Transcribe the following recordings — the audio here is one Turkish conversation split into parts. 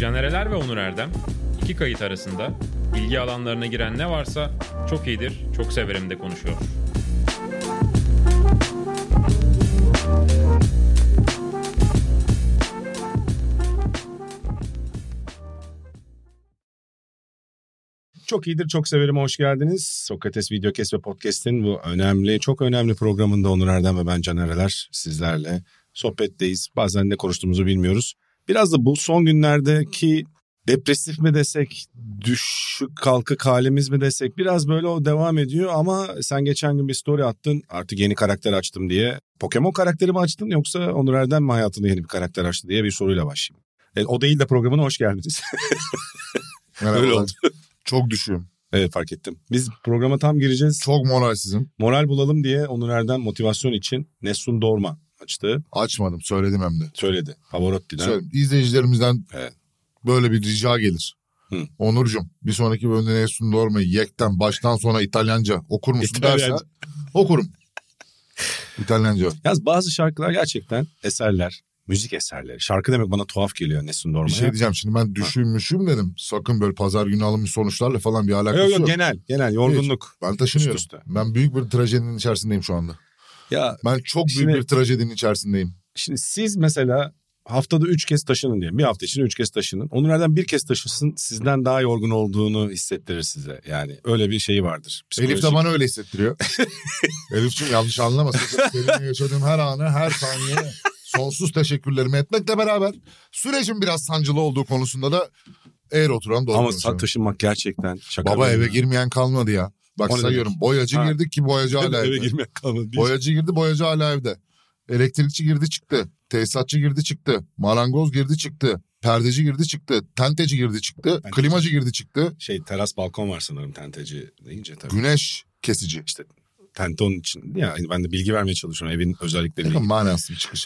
Caner Eler ve Onur Erdem iki kayıt arasında ilgi alanlarına giren ne varsa çok iyidir, çok severim de konuşuyor. Çok iyidir, çok severim. Hoş geldiniz. Sokrates Videokes ve Podcast'in bu önemli, çok önemli programında Onur Erdem ve ben Caner Eler sizlerle sohbetteyiz. Bazen ne konuştuğumuzu bilmiyoruz. Biraz da bu son günlerdeki depresif mi desek, düşük kalkık halimiz mi desek biraz böyle o devam ediyor. Ama sen geçen gün bir story attın, artık yeni karakter açtım diye. Pokemon karakteri mi açtın yoksa Onur Erdem mi hayatında yeni bir karakter açtı diye bir soruyla başlayayım. O değil de programına hoş geldiniz. Öyle oldu. Çok düşüğüm. Evet, fark ettim. Biz programa tam gireceğiz. Çok moralsizim. Moral bulalım diye Onur Erdem motivasyon için Nessun Dorma açtı. Açmadım, söyledim hem de. Söyledi. Pavarotti'den. Söyledim. İzleyicilerimizden Evet. böyle bir rica gelir. Onurcuğum, bir sonraki bölümde Nessun Dorma'yı yekten baştan sona İtalyanca okur musun derse okurum. İtalyanca. Yalnız bazı şarkılar gerçekten eserler. Müzik eserleri. Şarkı demek bana tuhaf geliyor Nessun Dorma'ya. Bir şey diyeceğim, şimdi ben düşüğümmüşüm dedim. Sakın böyle pazar günü alınmış sonuçlarla falan bir alakası yok. Genel yorgunluk. Hiç. Ben taşınıyorum. Üst üste. Ben büyük bir trajedinin içerisindeyim şu anda. Ya ben çok büyük bir trajedinin içerisindeyim. Şimdi siz mesela haftada 3 kez taşının diye. Bir hafta içinde 3 kez taşının. Onur Erdem bir kez taşısın, sizden daha yorgun olduğunu hissettirir size. Yani öyle bir şey vardır. Elif de bana öyle hissettiriyor. Elif'ciğim yanlış anlamasın. Benim yaşadığım her anı, her saniye sonsuz teşekkürlerimi etmekle beraber sürecin biraz sancılı olduğu konusunda da eğer oturan doğru. Ama taşınmak gerçekten şaka. Baba eve girmeyen kalmadı ya. Bak sayıyorum. Boyacı girdik ki boyacı hala eve evde. Girmeyen kalmadı. Boyacı girdi, boyacı hala evde. Elektrikçi girdi çıktı. Tesisatçı girdi çıktı. Marangoz girdi çıktı. Perdeci girdi çıktı. Tenteci girdi çıktı. Klimacı girdi çıktı. Teras balkon var sanırım tenteci deyince tabii. Güneş kesici. İşte tente onun için. Yani ben de bilgi vermeye çalışıyorum evin özellikleriyle. Manasız bir çıkış.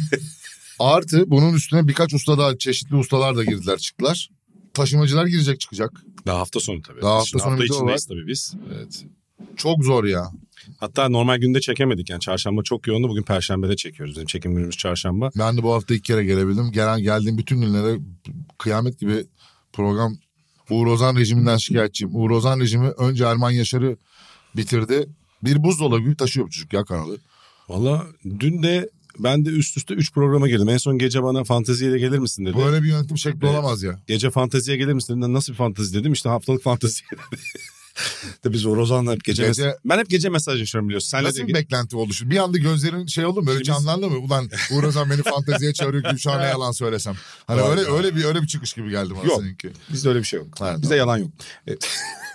Artı bunun üstüne birkaç usta daha, çeşitli ustalar da girdiler çıktılar. Taşımacılar girecek çıkacak. Daha hafta sonu tabii. Daha hafta sonu içindeyiz tabii biz. Evet. Çok zor ya. Hatta normal günde çekemedik yani çarşamba çok yoğundu, bugün perşembede çekiyoruz. Bizim çekim günümüz çarşamba. Ben de bu hafta 2 kere gelebildim. Geldiğim bütün günlere kıyamet gibi program. Uğur Ozan rejiminden şikayetçiyim. Uğur Ozan rejimi önce Erman Yaşar'ı bitirdi. Bir buzdolabı gibi taşıyor bu çocuk ya kanalı. Valla dün de ben de üst üste 3 programa girdim. En son gece bana fanteziyle gelir misin dedi. Böyle bir yönetim şekli olamaz ya. Gece fanteziye gelir misin dedi. Nasıl bir fantezi dedim. İşte haftalık fanteziye dedi. De biz Uğur Ozan'la hep gece ben hep gece mesajlaşıyorum biliyorsun. Senle nasıl bir beklenti oldu şimdi? Bir anda gözlerin şey oldu mu? Böyle canlandı mı? Ulan Uğur Ozan beni fanteziye çağırıyor, Gülşah'a ne yalan söylesem. Hani öyle bir çıkış gibi geldi bana. Yok. Seninki. Bizde öyle bir şey yok. Evet, bizde yalan yok. Evet.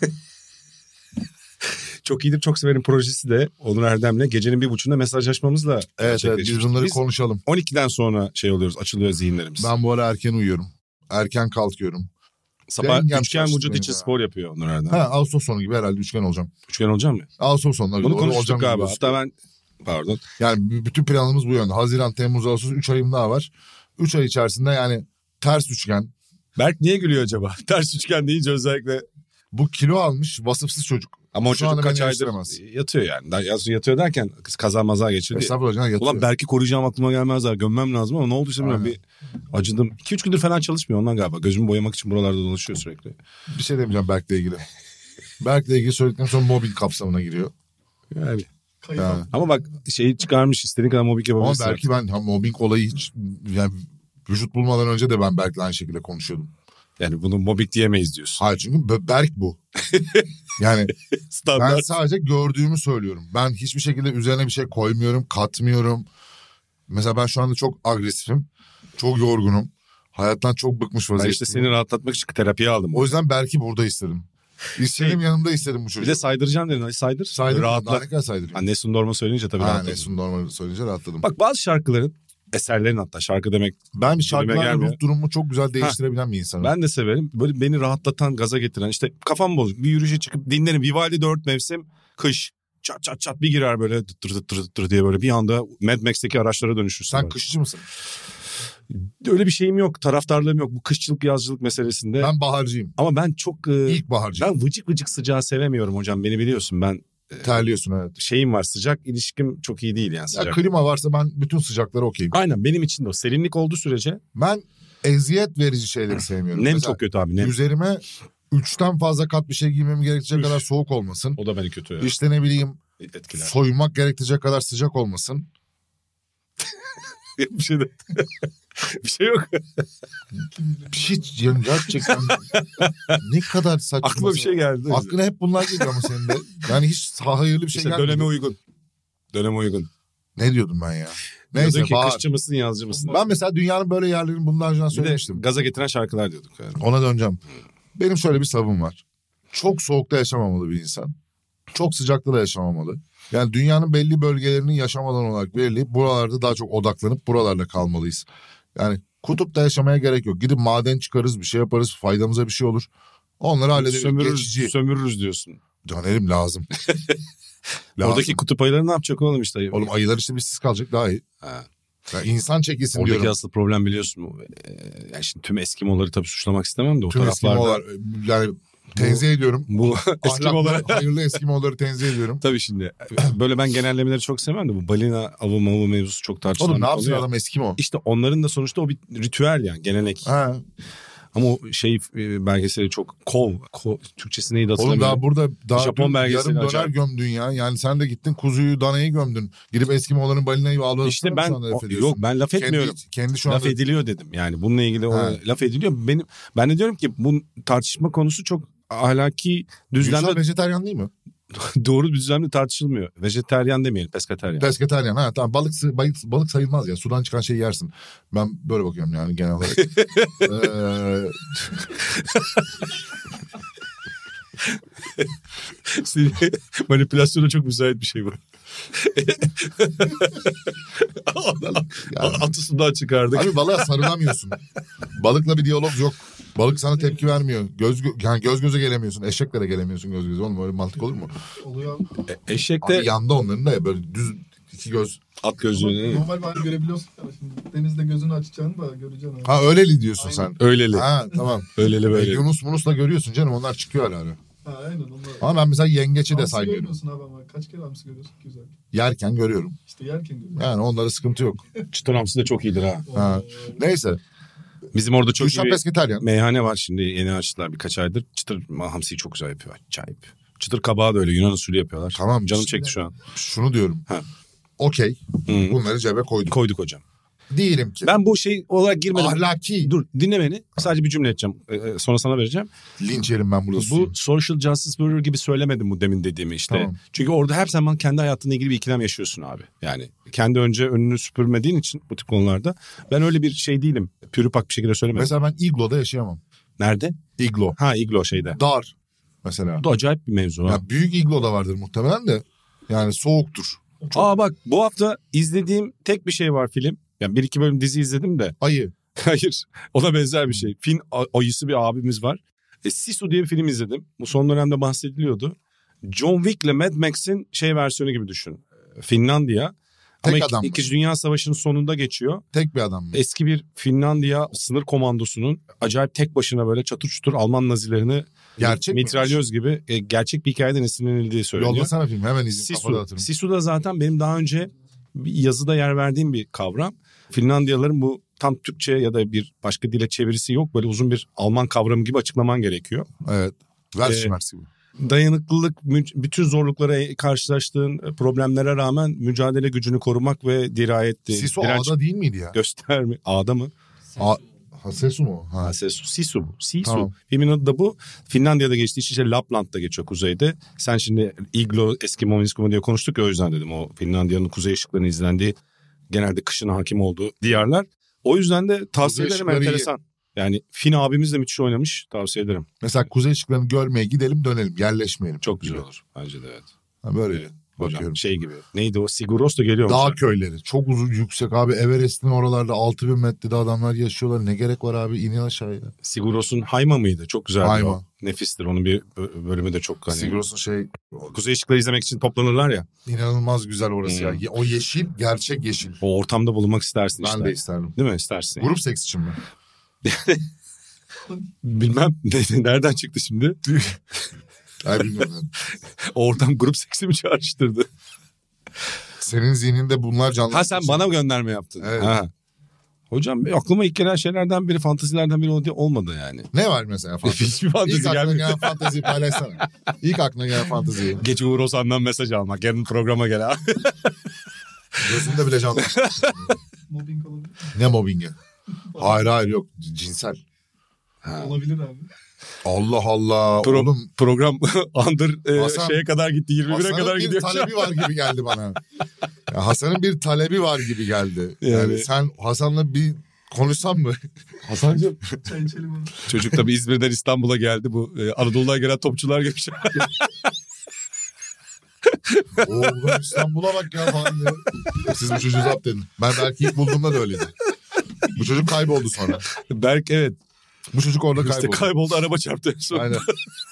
Çok iyidir, çok severim projesi de Onur Erdem'le gecenin 1.30'da mesajlaşmamızla Evet biz bunları konuşalım. 12'den sonra oluyoruz, açılıyor zihinlerimiz. Ben bu ara erken uyuyorum. Erken kalkıyorum. Sabah üçgen vücut için spor yapıyor Onur Erdem. Ağustos sonu gibi herhalde üçgen olacağım. Üçgen olacağım mı? Ağustos sonuna. Bunu konuştuk galiba. Hatta ben pardon. Yani bütün planımız bu yönde. Haziran, Temmuz, Ağustos 3 ayım daha var. 3 ay içerisinde yani ters üçgen. Berk niye gülüyor acaba? Ters üçgen deyince özellikle. Bu kilo almış vasıfsız çocuk. Ama o çocuk kaç aydır yatıyor yani. Yatıyor derken kaza maza geçirdi. Estağfurullah canım, yatıyor. Ulan Berk'i koruyacağım aklıma gelmez daha. Gömmem lazım ama ne olduysa bilmiyorum. Bir acıdım. 2-3 gündür falan çalışmıyor ondan galiba. Gözümü boyamak için buralarda dolaşıyor sürekli. Bir şey demeyeceğim Berk'le ilgili. Berk'le ilgili söyledikten sonra mobbing kapsamına giriyor. Yani. Ama bak çıkarmış, istediğin kadar mobbing yapabilirsin. Ama Berk'i ben mobbing olayı hiç yani vücut bulmadan önce de ben Berk'le aynı şekilde konuşuyordum. Yani bunu mobbing diyemeyiz diyorsun. Hayır çünkü Berk bu. Yani ben sadece gördüğümü söylüyorum. Ben hiçbir şekilde üzerine bir şey koymuyorum, katmıyorum. Mesela ben şu anda çok agresifim. Çok yorgunum. Hayattan çok bıkmış vaziyetteyim. Ben işte seni rahatlatmak için terapiye aldım. O yüzden Berk'i burada istedim. İstedim yanımda istedim bu çocuğu. Bir de saydıracağım dedin. Hadi saydır. Saydır. Rahatla. Ne kadar saydırayım? Nessun Dorma söyleyince tabii rahatladım. Nessun Dorma söyleyince rahatladım. Bak bazı şarkıların, eserlerin hatta şarkı demek. Ben bir şarkılarla ruh durumumu çok güzel değiştirebilen bir insanım. Ben de severim. Böyle beni rahatlatan, gaza getiren, işte kafam bozuk. Bir yürüyüşe çıkıp dinlerim. Vivaldi 4 mevsim, kış. Çat çat çat bir girer böyle tıtır diye böyle bir anda Mad Max'teki araçlara dönüşürsün. Sen kışçı mısın? Öyle bir şeyim yok. Taraftarlığım yok. Bu kışçılık yazcılık meselesinde. Ben baharcıyım. Ama ben çok... İlkbaharcıyım. Ben vıcık vıcık sıcağı sevemiyorum hocam. Beni biliyorsun ben... Terliyorsun evet. Şeyim var, sıcak ilişkim çok iyi değil yani sıcak. Ya klima varsa ben bütün sıcakları okeyim. Aynen benim için de o. Serinlik olduğu sürece. Ben eziyet verici şeyleri sevmiyorum. Nem Mesela çok kötü abi. Nem. üzerime 3'ten fazla kat bir şey giymem gerekecek kadar soğuk olmasın. O da beni kötü ya. İşte ne bileyim Etkiler. soyunmak gerektirecek kadar sıcak olmasın. Bir şey de. Bir şey yok. Hiç yani gerçekten ne kadar saçma. Aklıma bir şey geldi. Aklına hep bunlar geliyor ama senin de. Yani hiç hayırlı bir şey İşte gelmiyor. döneme uygun. Döneme uygun. Ne diyordum ben ya? Neyse Neyse ki bağır. kışçı mısın yazcı mısın? Ben mesela dünyanın böyle yerlerini bundan önce bir de söylemiştim. gaza getiren şarkılar diyorduk. Yani. Ona döneceğim. Benim şöyle bir savım var. Çok soğukta yaşamamalı bir insan. Çok sıcakta da yaşamamalı. Yani dünyanın belli bölgelerinin yaşam alanı olarak belirleyip buralarda daha çok odaklanıp buralarda kalmalıyız. Yani kutupta yaşamaya gerek yok. Gidip maden çıkarız, bir şey yaparız, faydamıza bir şey olur. Onları hallederiz. Geçici. Sömürürüz diyorsun. Canerim lazım. Oradaki kutup ayıları ne yapacak oğlum işte? Oğlum ayılar işte bizsiz kalacak daha iyi. Ha. Yani insan çekilsin Oradaki diyorum. asıl problem biliyorsun mu? Yani şimdi tüm Eskimoları tabii suçlamak istemem de o Tüm taraflarda. Eskimolar yani tenzih ediyorum. Bu Eskimolara. Ahlaklı, hayırlı Eskimoları tenzih ediyorum. Tabii şimdi böyle ben genellemeleri çok sevmem de bu balina avı mevzusu çok tartışılan. Oğlum ne yapsın oluyor. adam Eskimo? İşte onların da sonuçta o bir ritüel yani gelenek. Ha. Ama o belgeseli çok kov. Türkçesi neydi Oğlum hatırlamıyorum. daha burada daha Japon belgeseli yarım döner acayip. gömdün ya. Yani sen de gittin kuzuyu danayı gömdün. Gidip Eskimoların balinayı avladın. İşte ben yok ben laf etmiyorum. Kendi şu anda Laf ediliyor dedim. Yani bununla ilgili laf ediliyor. Ben de diyorum ki bu tartışma konusu çok ahlaki düzlemde Gülşen vejetaryen değil mi? doğru bir düzlemde tartışılmıyor. Vejetaryen demeyelim, pesketaryen. Pesketaryen ha tamam balık sayılmaz ya. Sudan çıkan şeyi yersin. Ben böyle bakıyorum yani genel olarak. Manipülasyona çok müsait bir şey bu. Atı sudan çıkardık. Abi balığa sarılamıyorsun. Balıkla bir diyalog yok. Balık sana tepki vermiyor. Göz göze gelemiyorsun. Eşekle de gelemiyorsun göz göze. Oğlum öyle mantık olur mu? Oluyor. Eşekte Abi yanda onların da ya böyle düz iki göz. at gözlüğünü. Normal bari görebiliyorsun ya. Şimdi denizde gözünü açacaksın da göreceksin. Abi. Ha öyleli diyorsun sen. Öyleli. Ha tamam. Öyleli böyle. Yunus'la görüyorsun canım onlar çıkıyor ara ara. Ha, aynen onlar. Ama ben mesela yengeçi de Hamsi saymıyorum. görmüyorsun abi ama. Kaç kere hamsi görüyorsun ki güzel. Yerken görüyorum. İşte yerken görüyorsun. Yani onlara sıkıntı yok. Çıtır hamsi de çok iyidir ha. Ha. Neyse. Bizim orada çok Gülşen iyi bir pesketaryen. meyhane var şimdi yeni açtılar birkaç aydır. Çıtır hamsiyi çok güzel yapıyor. Acayip. Çıtır kabağı da öyle Yunan usulü yapıyorlar. Tamam. Canım çekti şu an. Şunu diyorum. Ha. Okey. Hı. Bunları cebe koyduk. Koyduk hocam. Diyelim ki. Ben bu şey olarak girmedim. Ahlaki. Dur dinle beni. Sadece bir cümle edeceğim. Sonra sana vereceğim. Linç yerim ben burada. Bu social justice warrior gibi söylemedim bu demin dediğimi işte. Tamam. Çünkü orada her zaman kendi hayatınla ilgili bir ikilem yaşıyorsun abi. Yani kendi önce önünü süpürmediğin için bu tip konularda. Ben öyle bir şey değilim. Pürüpak bir şekilde söylemedim. Mesela ben iglo'da yaşayamam. Nerede? Iglo. Ha iglo şeyde. Dar. Mesela. Bu da acayip bir mevzu. Ha. Ya büyük iglo da vardır muhtemelen de. Yani soğuktur. Aa bak bu hafta izlediğim tek bir şey var film. Yani bir iki bölüm dizi izledim de. Ayı. Hayır. Ona benzer bir şey. Fin ayısı bir abimiz var. Sisu diye bir film izledim. Bu son dönemde bahsediliyordu. John Wick'le Mad Max'in şey versiyonu gibi düşün. Finlandiya. Tek Ama adam mı? İkinci Dünya Savaşı'nın sonunda geçiyor. Tek bir adam mı? Eski bir Finlandiya sınır komandosunun acayip tek başına böyle çatır çutur Alman nazilerini Gerçek mitralyöz gibi gerçek bir hikayeden esinlenildiği söyleniyor. Yollasana film hemen izin kafada atırım. Sisu da zaten benim daha önce bir yazıda yer verdiğim bir kavram. Finlandiyalıların bu tam Türkçe ya da bir başka dile çevirisi yok. Böyle uzun bir Alman kavramı gibi açıklaman gerekiyor. Evet. Verşimers gibi. Dayanıklılık, bütün zorluklara karşılaştığın problemlere rağmen mücadele gücünü korumak ve dirayetti. Sisu direnç A'da değil miydi ya? gösterme. A'da mı? Sesu mu? Ha. Sisu bu. Sisu. Tamam. Filmin adı da bu. Finlandiya'da geçtiği için işte Lapland'da geçiyor kuzeyde. Sen şimdi Iglo, Eskimo diye konuştuk ya o yüzden dedim. O Finlandiya'nın kuzey ışıklarının izlendiği genelde kışın hakim olduğu diyarlar. O yüzden de tavsiye Kuzey ederim ışıkları enteresan. Yani Fin abimiz de müthiş oynamış. Tavsiye ederim. Mesela kuzey ışıklarını görmeye gidelim dönelim. Yerleşmeyelim. Çok güzel olur. Bence de evet. Ha, böyle Evet. Hocam bakıyorum. şey gibi. Neydi o? Siguros da geliyor. Dağ köyleri. Çok uzun yüksek abi. Everest'in oralarda 6000 metrede adamlar yaşıyorlar. Ne gerek var abi? İnin aşağıya. Siguros'un Hayma mıydı? Çok güzeldi Hayma. o. Nefistir. Onun bir bölümü de çok hani. Siguros'un şey Kuzey ışıkları izlemek için toplanırlar ya. inanılmaz güzel orası ya. O yeşil gerçek yeşil. O ortamda bulunmak istersin işte. Ben de isterdim. Değil mi? İstersin. Grup seks için mi? Bilmem nereden çıktı şimdi. Ay bilmiyorum. O ortam grup seksi mi çağrıştırdı? Senin zihninde bunlar canlı. Ha sen bana gönderme yaptın. Evet. Ha. Hocam aklıma ilk gelen şeylerden biri, fantezilerden biri olmadı yani. Ne var mesela fantezi? Hiçbir fantezi İlk aklına gelmiyor. gelen fanteziyi paylaşsana. İlk aklına gelen fanteziyi. Gece Uğur Ozan'dan mesaj almak. Yarın programa gel abi. Gözümde bile canlı. Mobbing olabilir. Ne mobbingi? Hayır yok. Cinsel. Olabilir abi. Allah Allah. Oğlum Program andır Hasan- şeye kadar gitti. 21'e Hasan'ın kadar bir gidiyor. talebi var gibi geldi bana. Ya Hasan'ın bir talebi var gibi geldi. Yani Yani- sen Hasan'la bir konuşsan mı? Hasan'cığım. Çay içelim abi. Çocuk tabii İzmir'den İstanbul'a geldi. Bu Anadolu'dan gelen topçular gibi. Oğlum İstanbul'a bak ya falan diye. Siz bu çocuğu zapt edin. Ben belki ilk bulduğumda da öyleydi. Bu çocuk kayboldu sonra. Berk evet. Bu çocuk orada İşte kayboldu. kayboldu, araba çarptı. Sonra Aynen.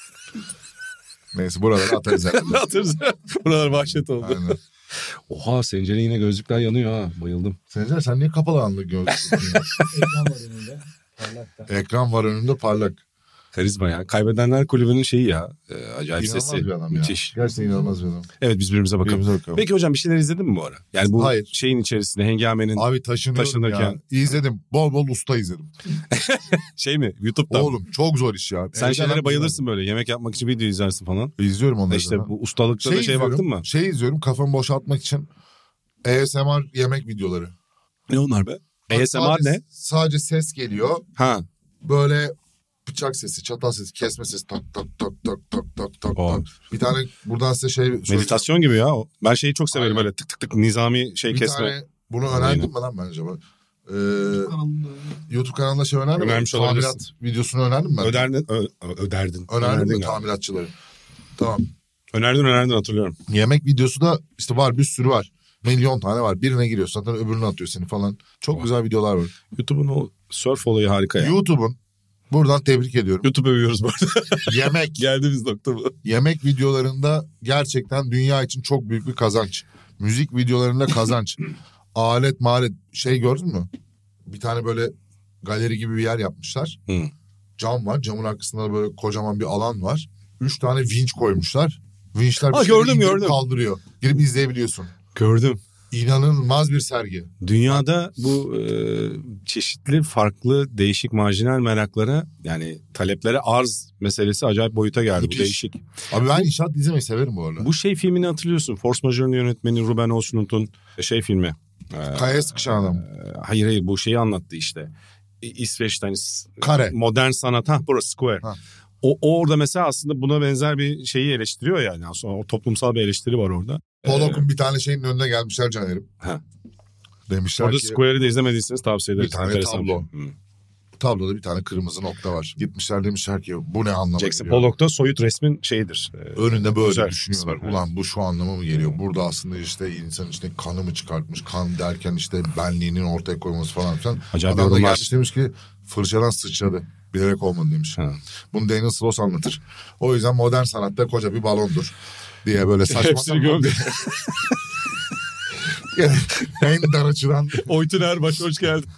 Neyse buraları atarız herhalde. atırız. Buralar vahşet oldu. Aynen. Oha Sencer'e yine gözlükler yanıyor ha. Bayıldım. Sencer sen niye kapalı anlık gözlüksün? Ekran var önünde. Parlak da. Ekran var önünde parlak. Karizma ya. Kaybedenler kulübünün şeyi ya. Acayip İnanılmaz sesi. bir adam ya. Müthiş. Gerçekten inanılmaz bir adam. Evet biz birbirimize bakalım. Birbirimize bakalım. Peki hocam bir şeyler izledin mi bu ara? Yani bu Hayır. şeyin içerisinde Hengamen'in Abi taşınıyorum Taşınırken. ya. İzledim. Bol bol usta izledim. şey mi? YouTube'da. Oğlum çok zor iş ya. Sen Evden şeylere hem bayılırsın böyle. Yemek yapmak için video izlersin falan. İzliyorum onları. İşte zaten. bu ustalıkta da şeye izliyorum, baktın mı? Şey izliyorum kafamı boşaltmak için ASMR yemek videoları. Ne onlar be? Bak, ASMR sadece- ne? Sadece ses geliyor. Ha. Böyle bıçak sesi, çatal sesi, kesme sesi tak tak tak tak tak tak tak O. tak. Bir tane buradan size şey söyleyeceğim. Meditasyon gibi ya. o. Ben şeyi çok severim Aynen. böyle tık tık tık nizami şey Bir kesme. tane bunu Aynen. önerdim mi lan ben acaba? Kanalında. YouTube kanalında şey önerdim mi? Önermiş Tamirat olabilirsin. videosunu önerdim mi ben? Öderdin. Önerdim Önerdin mi galiba. tamiratçıları? Tamam. Önerdin hatırlıyorum. Yemek videosu da işte var bir sürü var. Milyon tane var. Birine giriyorsun zaten öbürüne atıyor seni falan. Çok güzel videolar var. YouTube'un o surf olayı harika ya. YouTube'un buradan tebrik ediyorum. YouTube'u övüyoruz bu arada. Yemek. Geldiğimiz nokta bu. Yemek videolarında gerçekten dünya için çok büyük bir kazanç. Müzik videolarında kazanç. Alet malet şey gördün mü? Bir tane böyle galeri gibi bir yer yapmışlar. Hı. Cam var. Camın arkasında da böyle kocaman bir alan var. 3 tane vinç koymuşlar. Vinçler bir Ha, şeyleri gördüm, indirip gördüm. kaldırıyor. Girip izleyebiliyorsun. Gördüm. İnanılmaz bir sergi. Dünyada bu çeşitli farklı değişik marjinal meraklara yani taleplere arz meselesi acayip boyuta geldi. Müthiş. Bu değişik. Abi ben inşaat izlemeyi severim bu arada. Bu şey filmini hatırlıyorsun. Force Majeure'ın yönetmeni Ruben Östlund'un şey filmi. Kayaya sıkışan adam. Hayır bu şeyi anlattı işte. İsveç'ten Kare. modern sanat. Burası Square. Ha. O orada mesela aslında buna benzer bir şeyi eleştiriyor yani. Aslında o toplumsal bir eleştiri var orada. Pollock'un bir tane şeyin önüne gelmişler Caner'im. Ha. Demişler Orada ki Square'ı da izlemediyseniz tavsiye ederiz. Bir tane Enteresan tablo. bir film. tabloda bir tane kırmızı nokta var. Gitmişler demişler ki bu ne anlama Jackson geliyor? Pollock'ta soyut resmin şeyidir. Önünde böyle Güzel düşünüyorlar. kısmı, evet. Ulan bu şu anlama mı geliyor? Burada aslında işte insan işte kanı mı çıkartmış? Kan derken işte benliğinin ortaya koyması falan filan. Acayip Adam da yorumlar. gelmiş demiş ki fırçadan sıçradı. Bilerek olmadı demiş. Ha. Bunu Daniel Sloss anlatır. O yüzden modern sanatta koca bir balondur diye böyle saçma Hepsini gömdü. en dar açıdan Oytun Erbaş hoş geldin.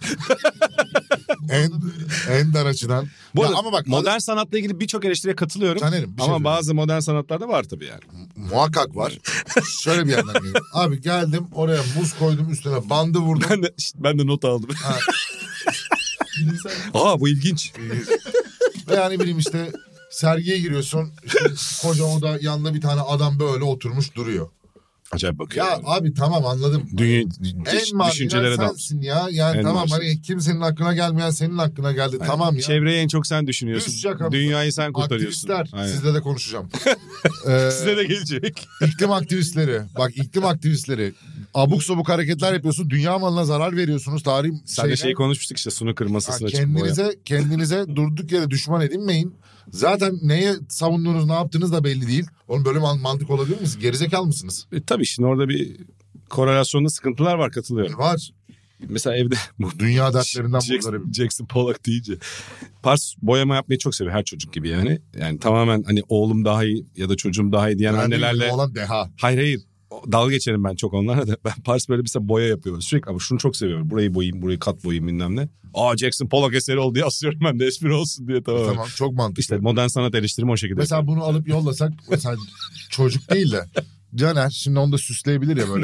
en dar açıdan. Bu Ya arada ama bak modern sanatla ilgili birçok eleştiriye katılıyorum. Caner'im, bir şey Ama söyleyeyim. bazı modern sanatlarda var tabii yani. muhakkak var. Şöyle bir yerden geliyorum. Abi geldim oraya muz koydum üstüne bandı vurdum. Ben de not aldım. Ha. Bilimsel Aa bu ilginç. Ve yani bileyim işte sergiye giriyorsun. İşte koca oda yanında bir tane adam böyle oturmuş duruyor. Acayip bakıyor. Ya abi tamam anladım. Dünya, En marjinal düşüncelere dal. sensin ya. Yani En tamam marjinal. hani kimsenin aklına gelmeyen senin aklına geldi. Tamam ya. Çevreyi en çok sen düşünüyorsun. Düz şaka. Dünyayı sen kurtarıyorsun. Aktivistler. Aynen. Sizle de konuşacağım. Size de gelecek. İklim aktivistleri. Bak iklim aktivistleri. Abuk sabuk hareketler yapıyorsun. Dünya malına zarar veriyorsunuz. Tarih Sen de şeyi konuşmuştuk işte snooker masasına çıkıp kendinize durduk yere düşman edinmeyin. Zaten neye savunduğunuz, ne yaptığınız da belli değil. Onun böyle mantık olabilir misiniz? Gerizekalı mısınız? Tabii şimdi orada bir korelasyonda sıkıntılar var, katılıyorum. Var. Mesela evde Dünya dertlerinden bunları. Jackson Pollock deyince. Pars boyama yapmayı çok seviyor her çocuk gibi yani. Yani tamamen hani oğlum daha iyi ya da çocuğum daha iyi diyen annelerle. Olan deha. Hayır. Dalga geçerim ben çok onlara da. Ben Pars böyle mesela boya yapıyor sürekli ama şunu çok seviyorum. Burayı boyayayım, burayı kat boyayayım bilmem ne. Aa Jackson Pollock eseri oldu diye asıyorum ben de espri olsun diye tamam. Tamam çok mantıklı. İşte modern sanat eleştirimi o şekilde. Mesela bunu alıp yollasak mesela çocuk değil de Caner şimdi onu da süsleyebilir ya böyle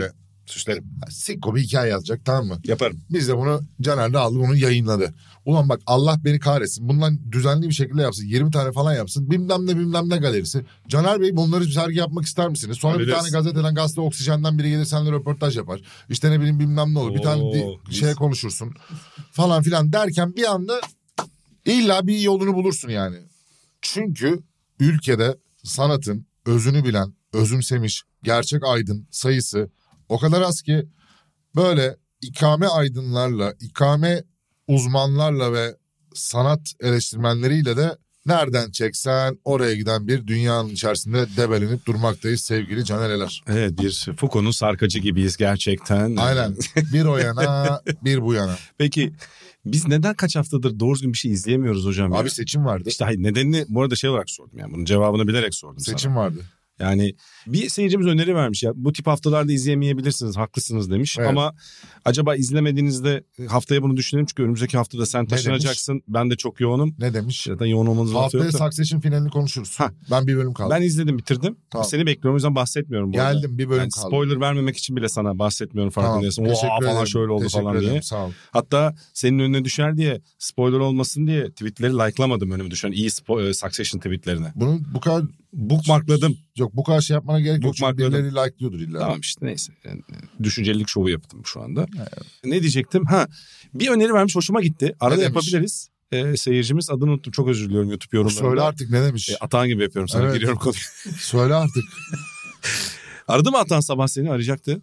Süslerim. Sikko bir hikaye yazacak, tamam mı? Yaparım. Biz de bunu Caner de aldı, bunu yayınladı. Ulan bak, Allah beni kahretsin. Bundan düzenli bir şekilde yapsın. 20 tane falan yapsın. Bilmem ne galerisi. Caner Bey, bunları bir sergi yapmak ister misiniz? Sonra Hallederiz. bir tane gazeteden, gazete Oksijen'den biri gelir seninle röportaj yapar. İşte ne bileyim bilmem ne olur. Bir tane şeye konuşursun. Falan filan derken bir anda illa bir yolunu bulursun yani. Çünkü ülkede sanatın özünü bilen, özümsemiş, gerçek aydın sayısı o kadar az ki böyle ikame aydınlarla, ikame uzmanlarla ve sanat eleştirmenleriyle de nereden çeksen oraya giden bir dünyanın içerisinde debelenip durmaktayız sevgili Canereler. Evet, bir Foucault'un sarkacı gibiyiz gerçekten. Aynen. Bir o yana, bir bu yana. Peki biz neden kaç haftadır doğru düzgün bir şey izleyemiyoruz hocam? Abi ya? seçim vardı. İşte hayır, nedenini bu arada şey olarak sordum yani, bunun cevabını bilerek sordum sana. Seçim vardı. Yani bir seyircimiz öneri vermiş ya, bu tip haftalarda izleyemeyebilirsiniz, haklısınız demiş. Evet. Ama acaba izlemediğinizde haftaya bunu düşünelim, çünkü önümüzdeki haftada sen taşınacaksın. Ben de çok yoğunum. Ne demiş? Zaten yoğun olmanız Haftaya Succession finalini konuşuruz. Ha. Ben bir bölüm kaldım. Ben izledim, bitirdim. Tamam. Seni bekliyorum, o yüzden bahsetmiyorum bu arada. Geldim, bir bölüm Yani kaldı. spoiler vermemek için bile sana bahsetmiyorum, farkındayısın. Teşekkür Oha falan ederim. şöyle oldu Teşekkür falan ederim. diye. Sağ ol. Hatta senin önüne düşer diye, spoiler olmasın diye tweetleri like'lamadım, önüme düşen iyi Succession tweetlerini. Bunu bu kadar Bookmarkladım. yok, bu kadar şey yapmana gerek yok. Çünkü Bookmarkladım. birileri like'lıyordur illa. Tamam işte, neyse. Yani, düşüncelilik şovu yaptım şu anda. Ne diyecektim? Bir öneri vermiş, hoşuma gitti. Arada Ne demiş? yapabiliriz. Seyircimiz, adını unuttum, çok özür diliyorum YouTube yorumlarında. Söyle artık, ne demiş? Atan gibi yapıyorum sana, Evet. giriyorum konuya. Söyle artık. Aradı mı Atan sabah, seni arayacaktı?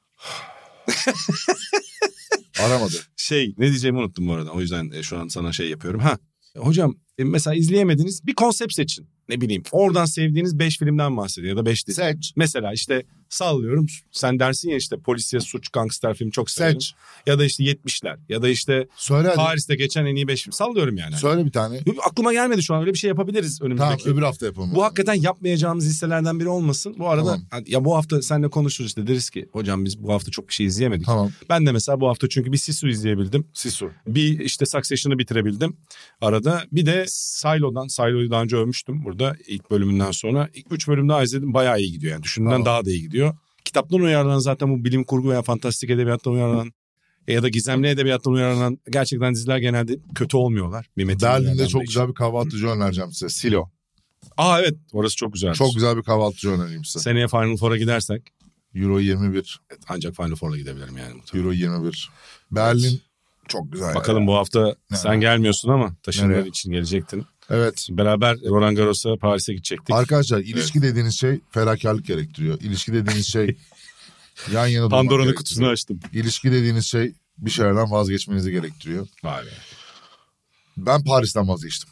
Aramadı. Ne diyeceğimi unuttum bu arada, o yüzden şu an sana yapıyorum. Hocam mesela izleyemediniz, bir konsept seçin. Ne bileyim, oradan sevdiğiniz 5 filmden bahsedin ya da 5 dizi. Seç. Mesela işte sallıyorum, sen dersin ya işte polisiye, suç, gangster film çok severim. Seç. Ya da işte 70'ler ya da işte Söyle hadi. Paris'te geçen en iyi 5 film. Sallıyorum yani. Söyle bir tane. Aklıma gelmedi şu an, öyle bir şey yapabiliriz Tamam, önümüzdeki. öbür hafta yapalım. Bu hakikaten yapmayacağımız listelerden biri olmasın. Bu arada Tamam. ya bu hafta seninle konuşuruz işte, deriz ki hocam biz bu hafta çok bir şey izleyemedik. Tamam. Ben de mesela bu hafta çünkü bir Sisu izleyebildim. Sisu. Bir işte Succession'ı bitirebildim arada. Bir de Silo'yu daha önce övmüştüm burada ilk bölümünden sonra. İlk 3 bölüm daha izledim, bayağı iyi gidiyor yani. Düşündüğümden Tamam. daha da iyi gidiyor. Kitaptan uyarlanan, zaten bu bilim kurgu veya fantastik edebiyattan uyarlanan ya da gizemli edebiyattan uyarlanan gerçekten diziler genelde kötü olmuyorlar. Bir metin Berlin'de uyarlandığı çok için. güzel bir kahvaltıcı önereceğim size. Silo. Evet, orası çok güzel. Çok güzel bir kahvaltıcı önereyim size. Seneye Final Four'a gidersek Euro 21. ancak Final Four'a gidebilirim yani. Euro 21. Berlin çok güzel. Bakalım bu hafta sen gelmiyorsun ama taşınlar Nereye? için gelecektin. Evet. Beraber Roland Garros'a, Paris'e gidecektik. Arkadaşlar, ilişki dediğiniz şey fedakarlık gerektiriyor. İlişki dediğiniz şey yan yana durmak Pandora'nın gerektiriyor. kutusunu açtım. İlişki dediğiniz şey bir şeylerden vazgeçmenizi gerektiriyor. Vay be. Ben Paris'ten vazgeçtim.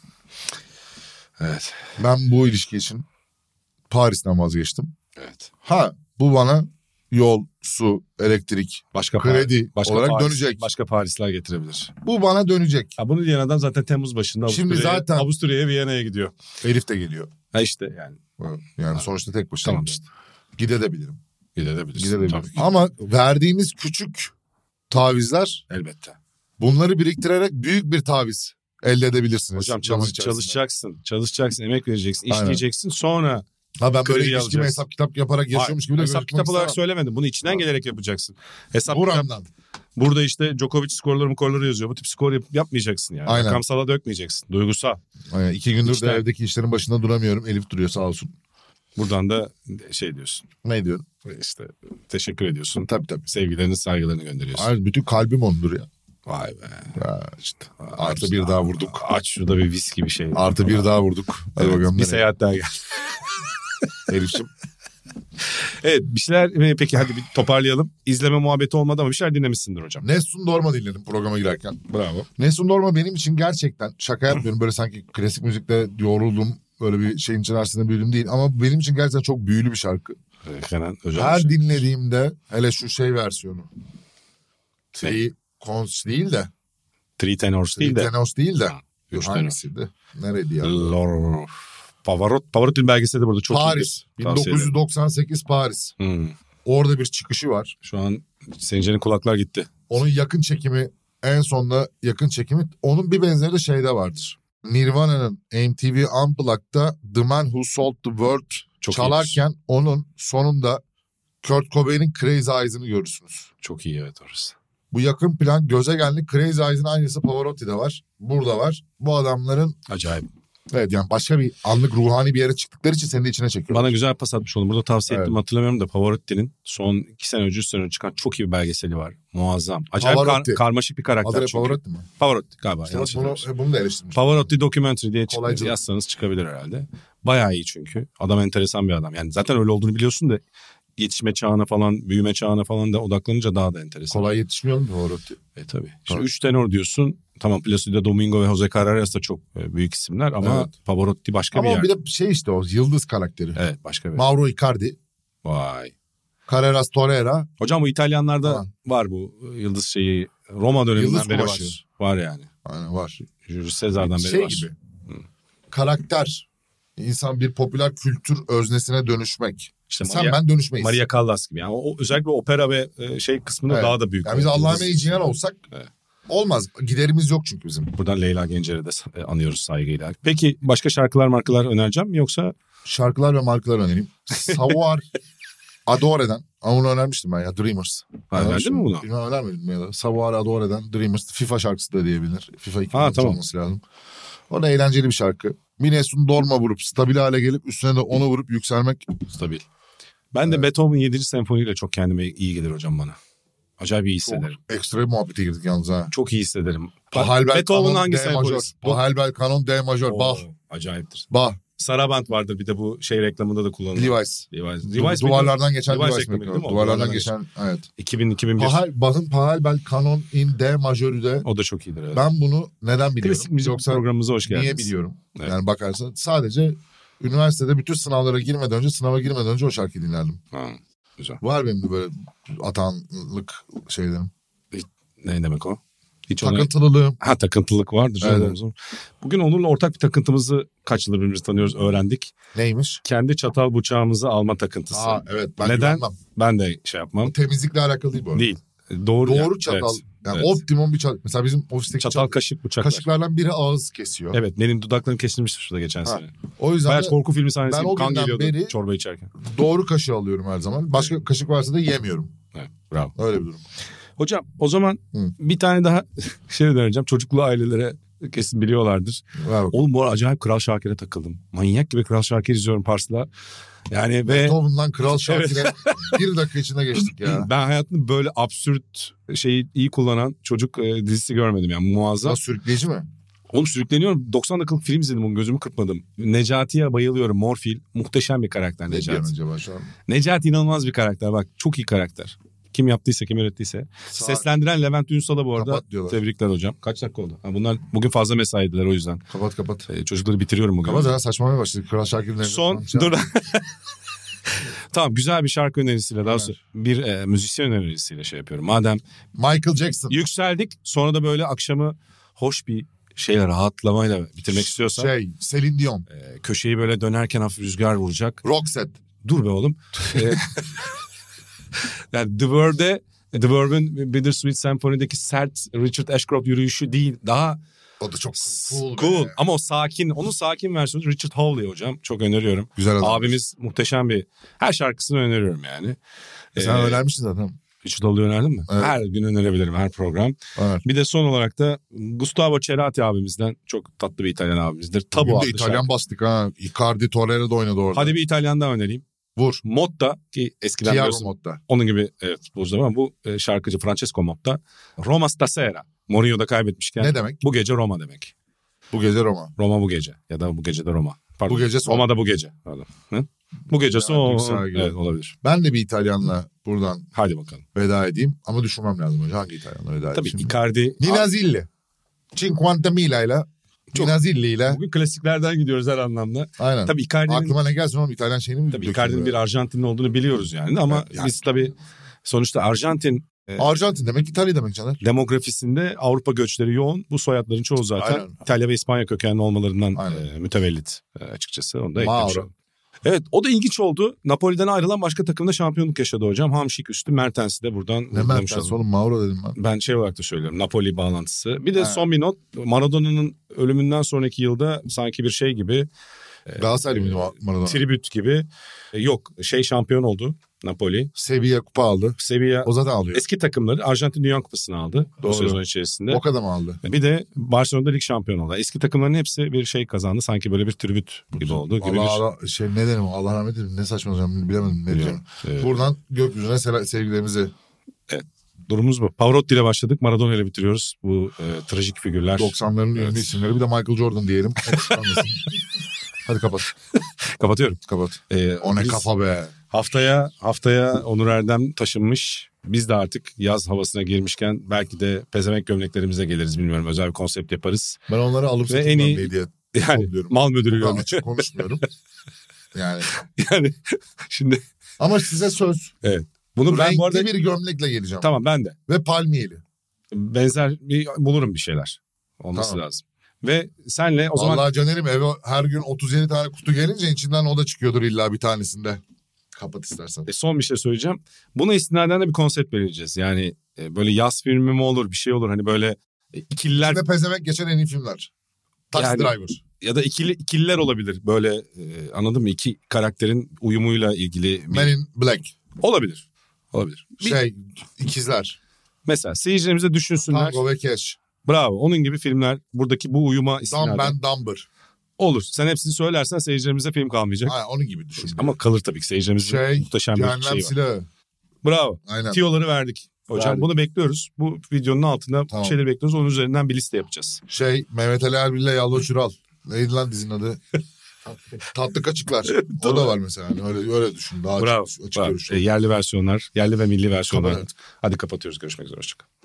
Evet. Ben bu ilişki için Paris'ten vazgeçtim. Evet. Bu bana yol, su, elektrik, Başka kredi olarak Paris, dönecek. Başka Parisler getirebilir. Bu bana dönecek. Bunu diyen adam zaten Temmuz başında Şimdi zaten- Avusturya'ya, Viyana'ya gidiyor. Elif de geliyor. İşte yani. Yani sonuçta tek başına. Tamam gidiyor. işte. Gidebilirim. Gidebilirsin. Gidebilirim. Tabii. Ama verdiğimiz küçük tavizler, Elbette. bunları biriktirerek büyük bir taviz elde edebilirsiniz. Hocam zaman içerisinde. çalışacaksın, emek vereceksin, Aynen. işleyeceksin, sonra Ben böyle kredi ilişkimi alacaksın. hesap kitap yaparak yaşıyormuş gibi de hesap gözükmek kitap olarak istemem. söylemedim. Bunu içinden gelerek yapacaksın. Hesap kitap, Buramdan. burada işte Djokovic skorları yazıyor. Bu tip skor yapmayacaksın yani. Aynen. Rakamsala dökmeyeceksin. Duygusal. Aynen. 2 gündür İçten. de evdeki işlerin başında duramıyorum. Elif duruyor sağ olsun. Buradan da diyorsun. Ne diyorum? İşte teşekkür ediyorsun. Tabii tabii. Sevgilerini, saygılarını gönderiyorsun. Ay, bütün kalbim ondur ya. Vay be. Ya işte. Artı bir daha vurduk. Aç şurada bir viski bir şey. Artı bir daha vurduk. Hadi Evet, bakalım. bir nereye? seyahat daha gel. Elif'ciğim. Evet, bir şeyler peki hadi bir toparlayalım. İzleme muhabbeti olmadı ama bir şeyler dinlemişsindir hocam. Nessun Dorma dinledim programa girerken. Bravo. Nessun Dorma benim için gerçekten, şaka yapmıyorum, böyle sanki klasik müzikte yoruldum, böyle bir şeyin içerisinde büyüdüm değil, ama benim için gerçekten çok büyülü bir şarkı. Kenan hocam. Her dinlediğimde, hele şu versiyonu. Three Cons değil de. Three Tenors değil Three de. Tenors değil de. Üç Hangisiydi? Nereydi ya? Pavarotti'nin belgeseli de burada çok Paris. iyidir. Tavsiye ederim. 1998 Paris. Hmm. Orada bir çıkışı var. Şu an Sencer'in kulaklar gitti. Onun yakın çekimi, en sonda yakın çekimi, onun bir benzeri de şeyde vardır. Nirvana'nın MTV Unplugged'da The Man Who Sold the World Çok çalarken onun sonunda Kurt Cobain'in Crazy Eyes'ını görürsünüz. Çok iyi, evet, orası. Bu yakın plan gözegenli Crazy Eyes'in aynısı Pavarotti'de var. Burada var. Bu adamların Acayip. evet yani başka bir anlık ruhani bir yere çıktıkları için seni de içine çekiyor. Bana güzel pas atmış oldum. Burada tavsiye Evet. ettim, hatırlamıyorum da Pavarotti'nin son 2 sene önce 3 sene önce çıkan çok iyi bir belgeseli var. Muazzam. Acayip Pavarotti. karmaşık bir karakter. Adı ne, çünkü. Pavarotti mi? Pavarotti galiba. İşte yanlış hatırlamıyorsam. bunu da eleştirmiş. Pavarotti Documentary diye Kolaycılık. yazsanız çıkabilir herhalde. Bayağı iyi çünkü. Adam enteresan bir adam. Yani zaten öyle olduğunu biliyorsun da yetişme çağına falan, büyüme çağına falan da odaklanınca daha da enteresan. Kolay yetişmiyor mu Pavarotti? Tabii. Şimdi Tabii. 3 tenor diyorsun. Tamam, Placido Domingo ve Jose Carreras da çok büyük isimler ama Evet. Pavarotti başka bir Ama yer. bir de şey işte o yıldız karakteri. Evet, başka bir yer. Mauro Icardi, Vay. Carreras Torreira. Hocam bu İtalyanlarda Tamam. var bu yıldız şeyi. Roma döneminden Yıldız beri kumaşı. var yani. Aynen var. Julius Caesar'dan beri Şey var. gibi. Karakter. İnsan bir popüler kültür öznesine dönüşmek. İşte Sen ben dönüşmeyiz. Maria Callas gibi. Yani özellikle opera ve şey kısmında Evet. daha da büyük. Yani biz Allah'ın icinen olsak Evet. olmaz. Giderimiz yok çünkü bizim. Buradan Leyla Gencer'i de anıyoruz saygıyla. Peki başka şarkılar markalar önereceğim mi yoksa? Şarkılar ve markalar önereyim. Savoir Adore'den. Ama bunu önermiştim ben ya. Dreamers. Verdin mi bunu? Bilmem önermedim mi ya da. Savoir Adore'den Dreamers. FIFA şarkısı da diyebilir. FIFA 2013 tamam. olması lazım. O da eğlenceli bir şarkı. Minesun Dorma vurup stabil hale gelip üstüne de onu vurup yükselmek. Stabil. Ben de Beethoven 7. senfoniyle çok kendime iyi gelir hocam bana. Acayip iyi Çok hissederim. ekstra bir muhabbete girdik yalnız ha. Çok iyi hissederim. Pahalbel Beethoven Kanon hangi D majör. senfonisi? Pahalbel Kanon D majör. Bach. Acayiptir. Bach. Saraband vardır bir de bu şey reklamında da kullanılan. Levi's. Levi's Duvarlardan geçen Levi's Levi's reklamı değil mi o? Duvarlardan geçen evet. 2000-2001. Bach'ın Pahalbel Kanon in D majörü de O da çok iyidir. Evet. ben bunu neden biliyorum? Klasik müzik Yoksa programımıza hoş geldiniz. niye biliyorum? Evet. Yani bakarsan sadece üniversitede bütün sınava girmeden önce o şarkıyı dinlerdim. Ha, güzel. Var benim de böyle atanlık şeylerim. Ne demek o? Hiç ona... Takıntılılığım. Takıntılık vardır. Evet. Canım. Bugün Onur'la ortak bir takıntımızı kaç yıldır birbirimizi tanıyoruz, öğrendik. Neymiş? Kendi çatal bıçağımızı alma takıntısı. Evet ben Neden? güvenmem. Ben de şey yapmam. Bu temizlikle alakalı değil bu arada. Değil. Doğru Doğru çatal. Evet. Yani Evet. optimum bir çatal. Mesela bizim ofisteki Çatal kaşık bıçaklar. kaşıklardan biri ağız kesiyor. Evet, benim dudaklarım kesilmişti şurada geçen sene. O yüzden Bayağı de korku filmi sahnesi ben gibi o kan günden geliyordu beri- çorba içerken. doğru kaşığı alıyorum her zaman. Başka kaşık varsa da yemiyorum. Evet, bravo. Öyle bir durum. Hocam o zaman bir tane daha şey önereceğim. Çocuklu ailelere kesin biliyorlardır. Ver bakalım. Oğlum bu ara acayip Kral Şakir'e takıldım. Manyak gibi Kral Şakir izliyorum Pars'la. Yani ve Beethoven'dan Kral Şakir'e bir dakika içinde geçtik ya. ben hayatımda böyle absürt şeyi iyi kullanan çocuk dizisi görmedim yani, muazzam. Nasıl sürükleyici mi? Oğlum sürükleniyorum. 90 dakikalık film izledim, onu gözümü kırpmadım. Necati'ye bayılıyorum. Morfil. Muhteşem bir karakter Ne diyorsun Necati. acaba şu an? Necati inanılmaz bir karakter, bak çok iyi karakter. Kim yaptıysa, kim ürettiyse. Seslendiren Levent Ünsal'a bu arada Kapat diyorlar. tebrikler hocam. Kaç dakika oldu? Bunlar bugün fazla mesaidiler o yüzden. Kapat. Çocukları bitiriyorum bugün. Kapat ya, saçmalamaya başladık. Kral Şakir'in Son dur. Tamam, güzel bir şarkı önerisiyle, daha sonra bir müzisyen önerisiyle şey yapıyorum. Madem Michael Jackson. yükseldik, sonra da böyle akşamı hoş bir şeyle, rahatlamayla bitirmek istiyorsan Celine Dion. köşeyi böyle dönerken hafif rüzgar vuracak. Roxette. Dur be oğlum. Yani The Verve'ün Bittersweet Symphony'deki sert Richard Ashcroft yürüyüşü değil, daha O da çok cool. Ama o sakin, onun sakin versiyonu Richard Hawley hocam. Çok öneriyorum. Güzel adam. Abimiz muhteşem bir, her şarkısını öneriyorum yani. Sen önermiştin zaten. Richard Hawley'i önerdin mi? Evet. Her gün önerebilirim, her program. Evet. Bir de son olarak da Gustavo Cerati abimizden, çok tatlı bir İtalyan abimizdir. Tabu Bugün de adlı İtalyan şarkı. bastık ha. Icardi Torreira da oynadı orada. Hadi bir İtalyan daha önereyim. Vur. Motta, ki eskiden Thiago biliyorsun Motta. onun gibi futbolcular ama bu şarkıcı Francesco Motta. Roma Stasera. Mourinho'da kaybetmişken. Ne demek? Bu gece Roma demek. Bu gece Roma. Roma bu gece, ya da bu gece de Roma. Pardon. Bu gece son. Roma'da bu gece. Pardon. Hı? Bu gece son. yüksel gibi. Evet, olabilir. Ben de bir İtalyanla buradan Hadi bakalım. veda edeyim. Ama düşünmem lazım hocam. Hangi İtalyanla veda edeyim? Tabii şimdi? Icardi. Nina Zilli. Cinquantamila ile Nina Zilli ile. Bugün klasiklerden gidiyoruz her anlamda. Aynen. Tabii Icardi'nin, Aklıma ne gelsin oğlum, İtalyan şeyini mi? tabii Icardi'nin bir Arjantinli olduğunu biliyoruz yani, ama Yani. biz tabii sonuçta Arjantin Arjantin demek, İtalya demek Caner. demografisinde Avrupa göçleri yoğun. Bu soyadların çoğu zaten Aynen. İtalya ve İspanya kökenli olmalarından Aynen. mütevellit açıkçası. Onu da Mauro. eklemiş oldum. Evet, o da ilginç oldu. Napoli'den ayrılan başka takımda şampiyonluk yaşadı hocam. Hamşik üstü Mertens'i de buradan Ne vurgulamış Mertens oldum. oğlum, Mauro dedim ben. Ben şey olarak da söylüyorum, Napoli bağlantısı. Bir de Ha. son bir not, Maradona'nın ölümünden sonraki yılda sanki bir şey gibi, Galatasaraylı mıydı Maradona? tribüt gibi, yok şampiyon oldu. Napoli. Sevilla kupa aldı. Sevilla O zaten alıyor. eski takımları Arjantin Dünya Kupası'nı aldı bu Doğru. sezon içerisinde. O kadar mı aldı? Bir de Barcelona'da lig şampiyonu oldu. Eski takımların hepsi bir şey kazandı. Sanki böyle bir tribüt gibi oldu. Gibi Allah ne derim, Allah rahmet eylesin, ne saçmalayacağım bilemedim ne diyeceğim. Buradan gökyüzüne sevgilerimizi. Durumumuz bu. Pavarotti ile başladık. Maradona ile bitiriyoruz. Bu trajik figürler. 90'ların ünlü isimleri, bir de Michael Jordan diyelim. Hadi kapat. Kapatıyorum. Kapat. O ne Biz kafa be. Haftaya Onur Erdem taşınmış. Biz de artık yaz havasına girmişken belki de pezevenk gömleklerimize geliriz, bilmiyorum. Özel bir konsept yaparız. Ben onları alıp Ve en iyi hediye yani topluyorum. mal müdürü Ben gömleği. açık konuşmuyorum. Yani Şimdi ama size söz. evet. Bunu ben Renkli bu arada bir gömlekle geleceğim. tamam, ben de Ve palmiyeli. benzer bir bulurum bir şeyler. Olması Tamam. lazım. Ve senle o zaman Vallahi Caner'im, eve her gün 37 tane kutu gelince içinden o da çıkıyordur illa bir tanesinde. Kapat istersen. son bir şey söyleyeceğim. Buna istinaden de bir konsept belirleyeceğiz. Yani böyle yaz filmi mi olur, bir şey olur. Hani böyle ikililer İçinde pezevenk geçen en iyi filmler. Taxi Yani- Driver. ya da ikililer olabilir. Böyle anladın mı? İki karakterin uyumuyla ilgili bir... Men in Black. Olabilir. İkizler. Mesela seyircilerimize düşünsünler. Tango ve Cash. Bravo. Onun gibi filmler buradaki bu uyuma Dumb istinaden and Dumber. olur. Sen hepsini söylersen seyircilerimize film kalmayacak. Ha, onun gibi düşün. Ama kalır tabii ki, seyircilerimizin muhteşem bir Cehennem şey var. Silahı. Bravo. Aynen. Tiyoları verdik. Hocam Verdik. bunu bekliyoruz. Bu videonun altında Tamam. şeyleri bekliyoruz. Onun üzerinden bir liste yapacağız. Mehmet Ali Erbil ile Yalva Çural. Neydi lan dizinin adı? Tatlı Kaçıklar. O da var mesela. Yani öyle düşün. Daha Bravo. açık Bravo. görüşlü. Yerli versiyonlar, yerli ve milli versiyonlar. Kapat. Hadi kapatıyoruz. Görüşmek üzere. Hoşçakalın.